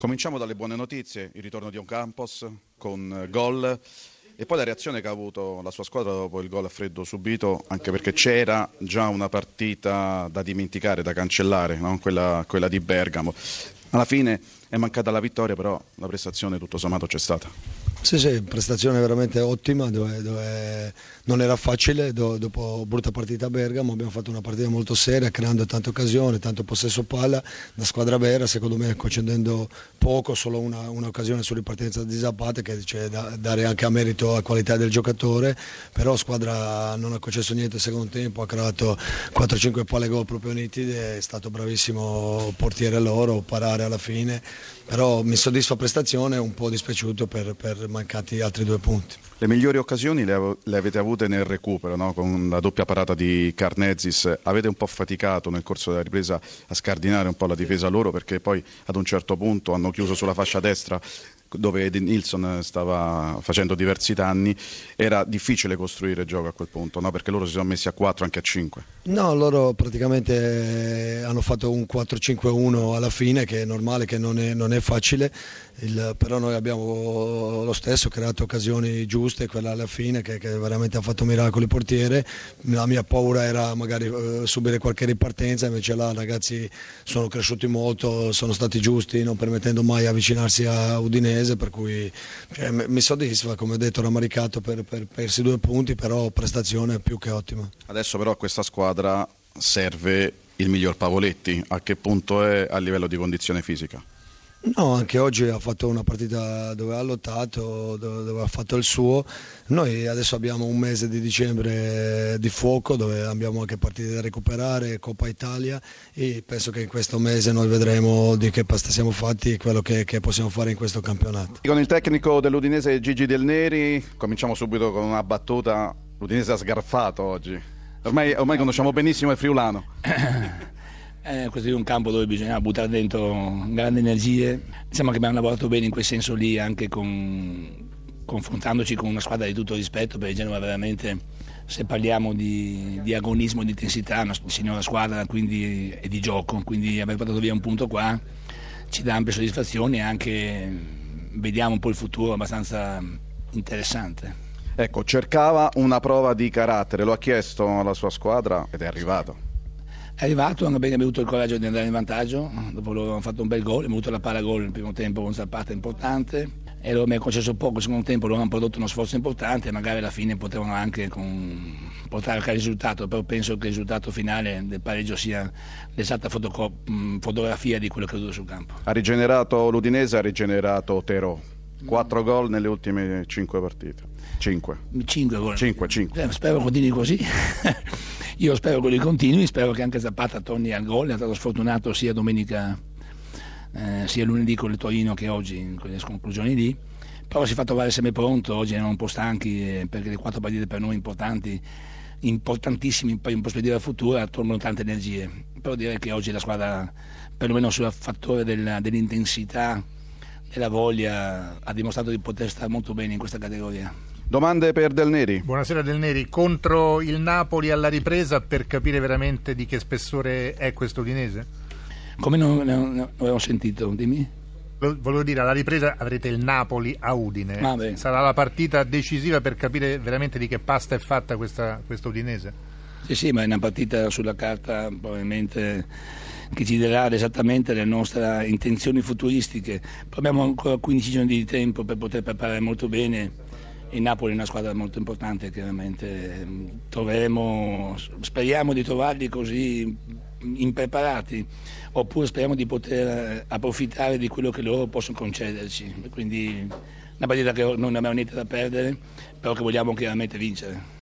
Cominciamo dalle buone notizie, il ritorno di Ocampos con gol e poi la reazione che ha avuto la sua squadra dopo il gol a freddo subito, anche perché c'era già una partita da dimenticare, da cancellare, no? quella di Bergamo. Alla fine è mancata la vittoria, però la prestazione tutto sommato c'è stata. Sì, prestazione veramente ottima, dove non era facile, dopo brutta partita a Bergamo abbiamo fatto una partita molto seria, creando tante occasioni, tanto possesso palla, da squadra vera, secondo me concedendo poco, solo un'occasione su ripartenza di Zapata, che c'è da dare anche a merito alla qualità del giocatore, però squadra non ha concesso niente al secondo tempo, ha creato 4-5 palle gol proprio nitide, è stato bravissimo portiere loro, parare alla fine, però mi soddisfa prestazione, un po' dispiaciuto per mancati altri 2 punti. Le migliori occasioni le avete avute nel recupero, no? Con la doppia parata di Karnezis. Avete un po' faticato nel corso della ripresa a scardinare un po' la difesa loro, perché poi ad un certo punto hanno chiuso sulla fascia destra dove Nilsson stava facendo diversi danni. Era difficile costruire gioco a quel punto, no? Perché loro si sono messi a 4, anche a 5. No, loro praticamente hanno fatto un 4-5-1 alla fine, che è normale, che non è facile, però noi abbiamo lo stesso creato occasioni giuste, quella alla fine che veramente ha fatto miracoli il portiere. La mia paura era magari subire qualche ripartenza, invece là ragazzi sono cresciuti molto, sono stati giusti, non permettendo mai avvicinarsi a Udinese, per cui mi soddisfa, come ho detto, rammaricato per persi 2 punti, però prestazione più che ottima. Adesso però a questa squadra serve il miglior Pavoletti. A che punto è a livello di condizione fisica? No, anche oggi ha fatto una partita dove ha lottato, dove ha fatto il suo. Noi adesso abbiamo un mese di dicembre di fuoco, dove abbiamo anche partite da recuperare, Coppa Italia, e penso che in questo mese noi vedremo di che pasta siamo fatti e quello che possiamo fare in questo campionato. Con il tecnico dell'Udinese Gigi Del Neri cominciamo subito con una battuta. L'Udinese ha sgarfato oggi. Ormai conosciamo benissimo il friulano. Questo è un campo dove bisogna buttare dentro grandi energie. Diciamo che abbiamo lavorato bene in quel senso lì, anche confrontandoci con una squadra di tutto rispetto, perché Genova veramente, se parliamo di agonismo e di intensità, è una signora squadra, quindi, e di gioco, quindi aver portato via un punto qua ci dà ampie soddisfazioni e anche vediamo un po' il futuro abbastanza interessante. Ecco, cercava una prova di carattere, lo ha chiesto alla sua squadra ed è arrivato. È arrivato, hanno bene avuto il coraggio di andare in vantaggio, dopo loro hanno fatto un bel gol, abbiamo avuto la palla gol nel primo tempo con Zapata importante e loro mi hanno concesso poco, il secondo tempo loro hanno prodotto uno sforzo importante e magari alla fine potevano anche portare a risultato, però penso che il risultato finale del pareggio sia l'esatta fotografia di quello che è venuto sul campo. Ha rigenerato l'Udinese, ha rigenerato Terò. 4 gol nelle ultime 5 partite. 5 gol. 5. Spero continui così. Io spero che lui continui, spero che anche Zapata torni al gol. È stato sfortunato sia domenica sia lunedì con il Torino che oggi in quelle conclusioni lì, però si è fatto trovare sempre pronto. Oggi erano un po' stanchi perché le 4 partite per noi importantissime in prospettiva futura tolgono tante energie, però direi che oggi la squadra, perlomeno sul fattore dell'intensità e la voglia, ha dimostrato di poter stare molto bene in questa categoria. Domande per Del Neri. Buonasera Del Neri, contro il Napoli alla ripresa, per capire veramente di che spessore è questo Udinese? Come non avevo sentito, dimmi. Volevo dire, alla ripresa avrete il Napoli a Udine. Sarà la partita decisiva per capire veramente di che pasta è fatta questa Udinese? Sì, ma è una partita sulla carta probabilmente che ci darà esattamente le nostre intenzioni futuristiche. Abbiamo ancora 15 giorni di tempo per poter preparare molto bene. Il Napoli è una squadra molto importante, chiaramente speriamo di trovarli così impreparati, oppure speriamo di poter approfittare di quello che loro possono concederci. Quindi una partita che non abbiamo niente da perdere, però che vogliamo chiaramente vincere.